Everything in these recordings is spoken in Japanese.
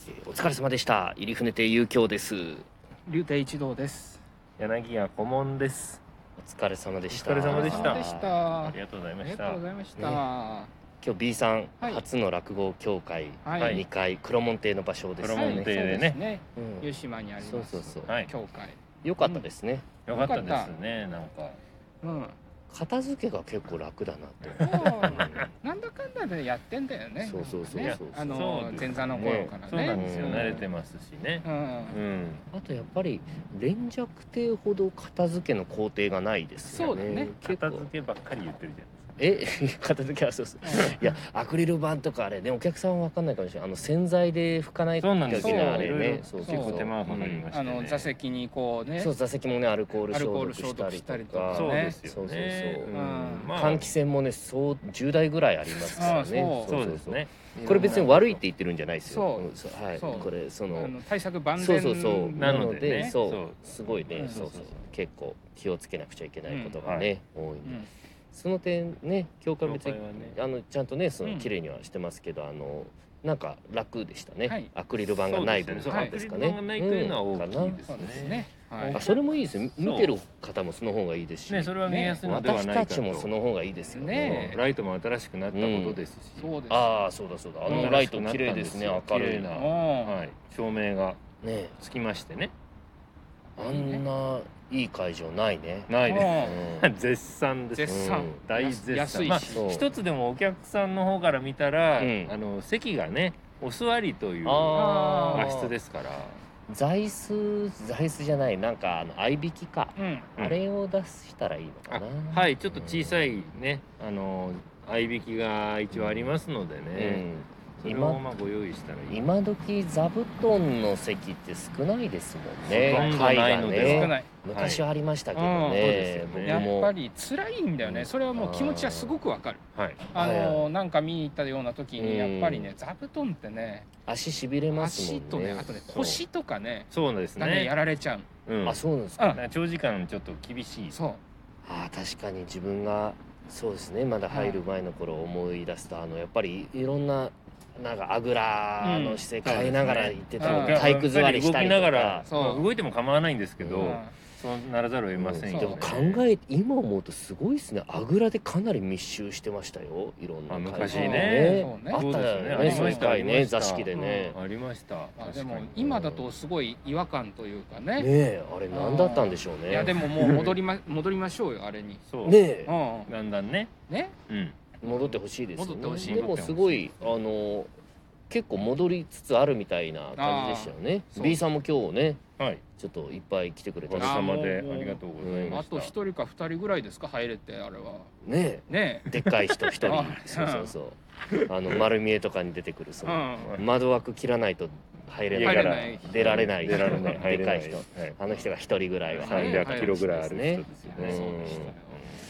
お疲れ様でした。入船亭遊興です。 竜亭一同です。 柳家顧問です。 お疲れ様でした。 お疲れ様でした。 ありがとうございました。 ありがとうございました。 今日 B さん、初の落語協会2階黒門亭の場所ですね。 黒門亭でね、 湯島にあります。 そう協会。 良かったですね。 良かったですね。なんか。 片付けが結構楽だなと。 なんだかんだでやってんだよね。 そう。 前座の頃からね。 そうなんですよ。慣れてますしね。 あとやっぱり連雀亭ほど片付けの工程がないですよね。 そうだね。 片付けばっかり言ってるじゃん。 片付けはそうです。いやアクリル板とかあれね、お客さんは分かんないかもしれない。洗剤で拭かないといけないあれね。 結構手間がかかりましたね。 座席にこうね。 そう、座席もねアルコール消毒したりとか。 そうですよね。換気扇もねそう10台ぐらいありますからね。 そうですね。 これ別に悪いって言ってるんじゃないですよ。はい。これ対策万全なのですごいね。結構気をつけなくちゃいけないことがね多いんで。その点ね、教会別にちゃんとね綺麗にはしてますけど、なんか楽でしたね。アクリル板がない分ですかね。 アクリル板がないというのは大きいですね。 それもいいですよ。見てる方もその方がいいですし、 それは見やすいのではないかと。 私たちもその方がいいですよね。 ライトも新しくなったことですし。 ああ、そうだ。ライト綺麗ですね。明るいな。 照明がつきましてね。 あんないい会場ないね。 ないね。絶賛です。大絶賛。まあ一つでもお客さんの方から見たら、席がねお座りという和室ですから。 座椅子じゃない、なんか合いびきか。あれを出したらいいのかな。 はい、ちょっと小さいね合いびきが一応ありますのでね。今ご用意したらいい。 今時座布団の席って少ないですもんね。 ないので昔はありましたけどね。 やっぱり辛いんだよね。それはもう気持ちはすごくわかる。なんか見に行ったような時にやっぱりね、座布団ってね、 足しびれますもんね。 足とね、あとね腰とかね、 そうですね。 やられちゃう。 あ、そうなんですか。 長時間ちょっと厳しい。 そう。 確かに自分がそうですね。まだ入る前の頃思い出すとやっぱりいろんななんかあぐらの姿勢変えながら行ってたの体育座りしたりとか、 動いても構わないんですけど、そうならざるを得ませんよ。 でも今思うとすごいですね。あぐらでかなり密集してましたよ。いろんな昔ねあったよね。そういう回ね、座敷でねありました。 でも今だとすごい違和感というかね。 あれ何だったんでしょうね。 いやでももう戻りましょうよ、あれに。 ね、 だんだんね。 戻ってほしいですよね。でもすごい結構戻りつつあるみたいな感じでしたよね。B さんも今日ね、ちょっっといっぱい来てくれた。 おかげさまでありがとうございました。 あと1人か2人ぐらいですか、入れて。あれはねえ、でっかい人1人そう丸見えとかに出てくるその窓枠切らないと入れない出られないでっかい人、あの人が1人ぐららいは 300キロぐらいある人ですよね。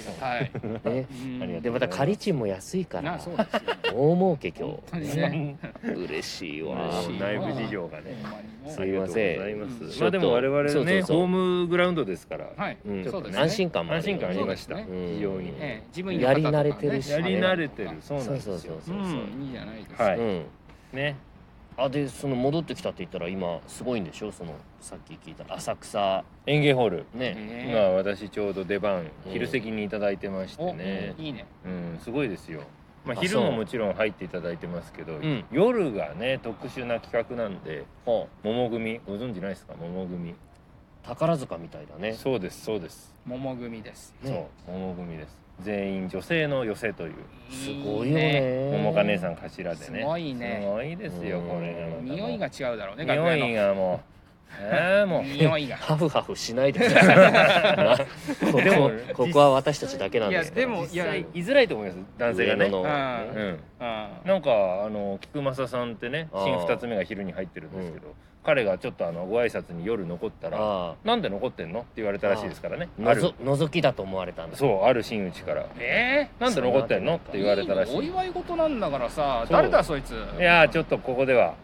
でまた仮賃も安いから大儲け今日。嬉しいわ。 内部事情がね。 すいません。 まあでも我々ねホームグラウンドですから安心感ありました。非常にやり慣れてるし、 やり慣れてる。そうなんですよ。 いいじゃないですか。 ね。 でその戻ってきたって言ったら今すごいんでしょ。そのさっき聞いた浅草園芸ホールね。 今私ちょうど出番昼席にいただいてましてね。 いいね。 すごいですよ。まあ昼ももちろん入っていただいてますけど、夜がね特殊な企画なんで、桃組ご存知ないですか。桃組宝塚みたいだね。 そうですそうです。 桃組です。 そう桃組です。全員女性の寄せという。 すごいよね。 桃花姉さん頭でね。 すごいね。 すごいですよこれ。 匂いが違うだろうね。 匂いがもう匂いがハフハフしないでください。でもここは私たちだけなんですから。 いやでも言いづらいと思います。男性がね。なんか菊正さんってね新2つ目が昼に入ってるんですけど。彼がちょっとご挨拶に夜残ったら「なんで残ってんの?」って言われたらしいですからね。 覗きだと思われたんだ。 そう、ある真打ちから「なんで残ってんの?」って言われたらしい。 お祝い事なんだからさ、誰だそいつ。 いやちょっとここでは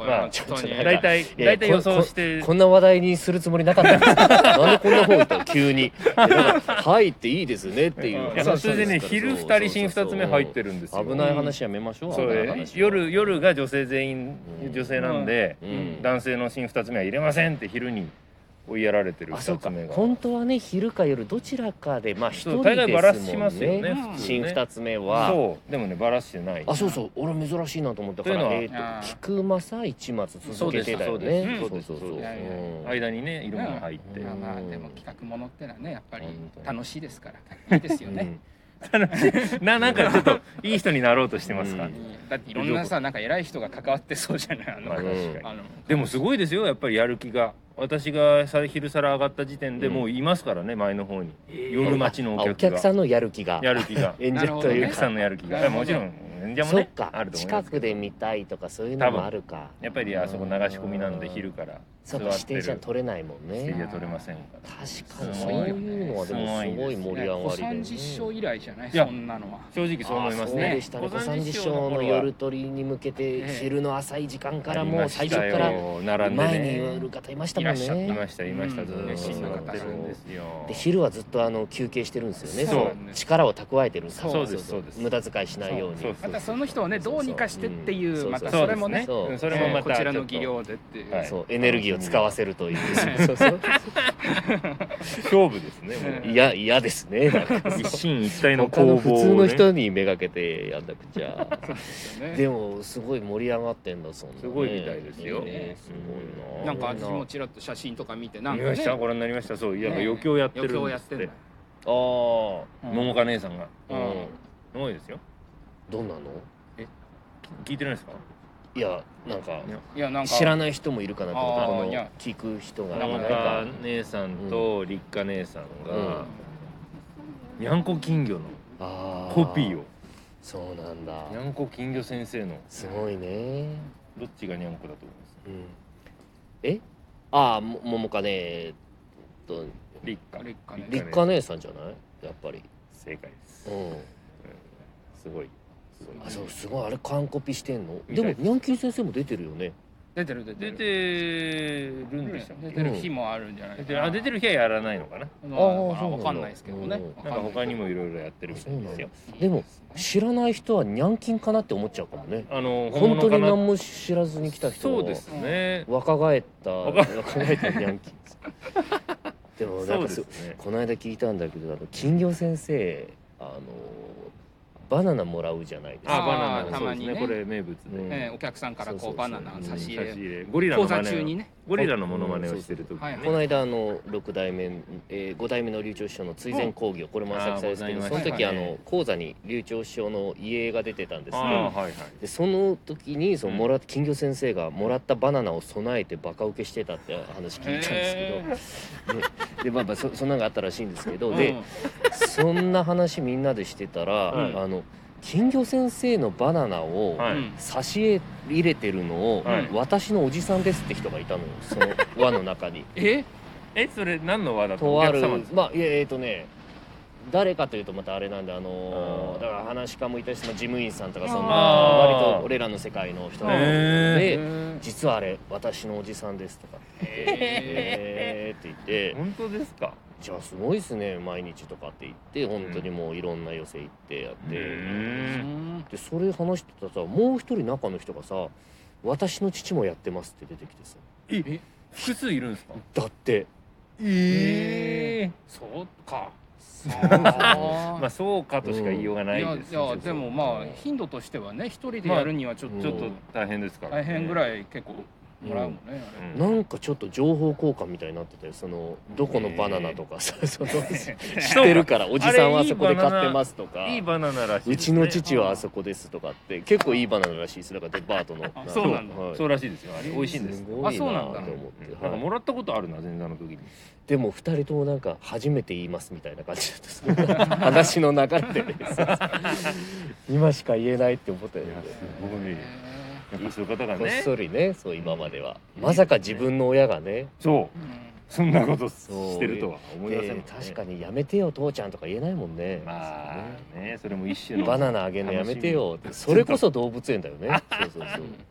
まあ大体予想してこんな話題にするつもりなかったんですけどなんでこんな方言ったの急に入っていいですねっていう。 それでね昼2人新2つ目入ってるんですよ。 危ない話やめましょう。 夜が女性全員女性なんで男性の新2つ目は入れませんって昼に追いやられてる2つ目が。 本当はね昼か夜どちらかでまあ一人ですもんね。新2つ目は。 そうでもねバラしてない。 そうそう俺珍しいなと思ったから菊正一松続けてたよね。そう間にね色が入って。 まあでも企画ものってのはねやっぱり楽しいですからいいですよね。 なんかちょっといい人になろうとしてますか。 だっていろんなさなんか偉い人が関わってそうじゃない。 でもすごいですよやっぱりやる気が。私が昼皿上がった時点でもういますからね前の方に夜待ちのお客さんのやる気が演者というかさんのやる気がもちろん演者もねあると思います。 近くで見たいとかそういうのもあるか。 やっぱりあそこ流し込みなんで昼からそうか指定じゃ取れないもんね。 指定じゃ取れませんから。 確かにそういうのはでもすごい盛り上がりで。 小三実証以来じゃないそんなのは。 正直そう思いますね。 小三実証の夜取りに向けて昼の浅い時間からもう最初から前にいる方いましたもんね。 いましたずっと熱心な方ってるんですよ。 で昼はずっと休憩してるんですよね。そう力を蓄えてるんです。 そうです無駄遣いしないように。 またその人をねどうにかしてっていうまたそれもねそれもまたこちらの技量でっていうそうエネルギーを使わせるという勝負ですね。 嫌ですね。 一進一退の攻防を普通の人にめがけてやんなくちゃ。でもすごい盛り上がってんだそんな。 すごいみたいですよ。すごいな。なんか私もちらっと写真とか見てなんかねご覧になりました。そういや余興やってるんですって。桃花姉さんがすごいですよ。 どんなの？ 聞いてないですか？ いやなんか知らない人もいるかなと思って聞く人が桃花姉さんと立花姉さんがにゃんこ金魚のコピーを。 そうなんだ。 にゃんこ金魚先生のすごいね。 どっちがにゃんこだと思います？桃花姉と立花姉さんじゃない？やっぱり正解です。すごい。 そうすごいあれ完コピしてんの。でもニャンキー先生も出てるよね。 出てるんでしょ。出てる日もあるんじゃないかな。 出てる日はやらないのかな。 わかんないですけどね。 なんか他にもいろいろやってるみたいですよ。 でも知らない人はニャンキンかなって思っちゃうかもね。本当に何も知らずに来た人はそうですね。 若返ったニャンキン。でもなんかこの間聞いたんだけど金魚先生バナナもらうじゃないですか。 バナナたまにね。これ名物で、 お客さんからこうバナナ差し入れ。 ゴリラの真似ゴリラのモノマネをしてる時にこの間6代目5代目の流暢師匠の追善講義これも浅草ですけどその時講座に流暢師匠の遺影が出てたんですね。でその時に金魚先生がもらったバナナを備えてバカ受けしてたって話聞いたんですけどでまあそんなのがあったらしいんですけどでそんな話みんなでしてたら金魚先生のバナナを差し入れてるのを私のおじさんですって人がいたのよその輪の中に。 それ何の輪だったの？とある誰かというとまたあれなんでだから話し家もいたし事務員さんとかそんな割と俺らの世界の人で実はあれ私のおじさんですとかって言って本当ですか？ じゃあすごいですね毎日とかって言って本当にもういろんな寄せ行ってやってでそれ話してたらさもう一人中の人がさ私の父もやってますって出てきてさ複数いるんですか？ だってそうかまあそうかとしか言いようがないです。 いやでもまあ頻度としてはね一人でやるにはちょっと大変ですから大変ぐらい結構もらうもんね。 なんかちょっと情報交換みたいになっててどこのバナナとか知ってるからおじさんはあそこで買ってますとかいいバナナらしい。 うちの父はあそこですとかって結構いいバナナらしいです。だからデパートのそうなんだ。 そうらしいですよ。あれ美味しいんです。 そうなんだと思ってなんかもらったことあるな前座の時に。 でも2人ともなんか初めて言いますみたいな感じだった話の流れで今しか言えないって思ったよね。 僕ねやっぱそういう方がねこっそりねそう今まではまさか自分の親がねそんなことしてるとは思いません。 確かにやめてよ父ちゃんとか言えないもんね。 まあねそれも一種のバナナあげるのやめてよってそれこそ動物園だよね。そう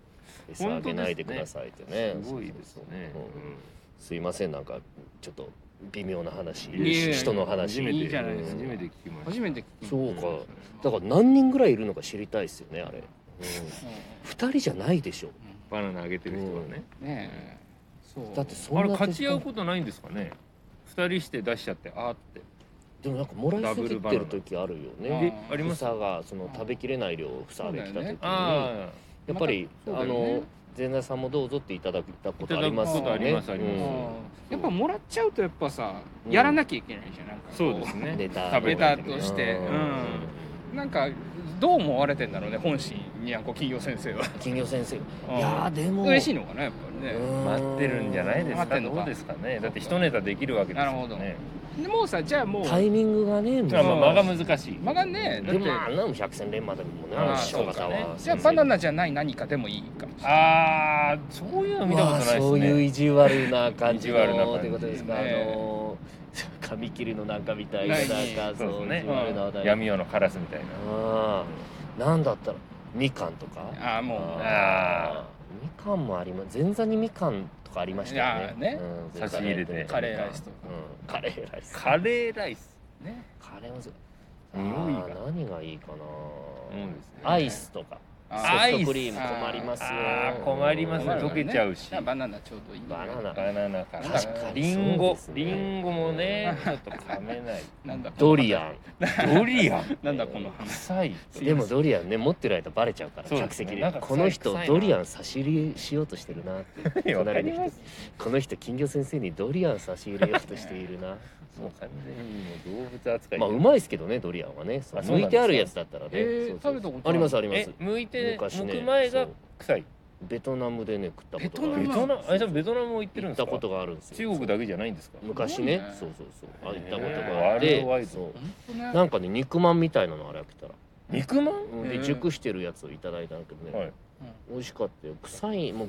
餌あげないでくださいってね。 すごいですね。 すいません、なんかちょっと微妙な話、 い人の話。 いいじゃないですか。 初めて聞きました。 初めて聞きました。 そうか。だから何人ぐらいいるのか知りたいですよね、あれ。2人じゃないでしょ。 バナナあげてる人はね。 ねえ。そう。 だってそんな。 あれ勝ち合うことないんですかね。2人して出しちゃってあーって。 でもなんかもらいすぎてる時あるよね。 あります。 房がその食べきれない量を房あげてた時に、やっぱり前田さんもどうぞっていただいたことありますよね。 やっぱもらっちゃうとやっぱさ、やらなきゃいけないじゃん。なんかそうですね。 ネタとして、なんかどう思われてんだろうね、本心にゃんこ金魚先生は。 金魚先生。いやでも嬉しいのかな、やっぱりね。 待ってるんじゃないですか。どうですかね。だって一ネタできるわけですよね。なるほど。 でもうさ、じゃあもうタイミングがね、 間が難しい。 間がね、 でもあんなの百戦錬磨でもね、師匠方は。 じゃあバナナじゃない何かでもいいかもしれない。 ああ、そういうの見たことないですね。 そういう意地悪な感じのってことですか。紙切りのなんかみたいな、なんかそうね。闇夜のカラスみたいな。なんだったらみかんとか。 ああ、もう。 みかんもあります。前座にみかんとかありましたよね。 差し入れてカレーライスとか。 カレーライス。 カレーライス。 ね。 カレーも匂いが何がいいかな。アイスとか。ソフトクリーム困りますよ。 困りますね。溶けちゃうし。 バナナちょうどいい。 バナナか。 確かにリンゴもね、ちょっと噛めない。 ドリアン。 なんだこの臭い。 でもドリアンね、持ってる間バレちゃうから、客席でこの人ドリアン差し入れしようとしてるなって隣に来て、この人金魚先生にドリアン差し入れようとしているな。 もう完全にもう動物扱い。 まあうまいですけどね、ドリアンはね。剥いてあるやつだったらね。 食べたことありますあります。 剥く前が臭い。 ベトナムでね食ったことがある。 ベトナムも行ってるんですか。 行ったことがあるんですよ。 中国だけじゃないんですか。 昔ね。そう行ったことがあって、なんかね肉まんみたいなのあれ開けたら。 肉まん？ で熟してるやつをいただいたんだけどね。美味しかったよ。臭いもう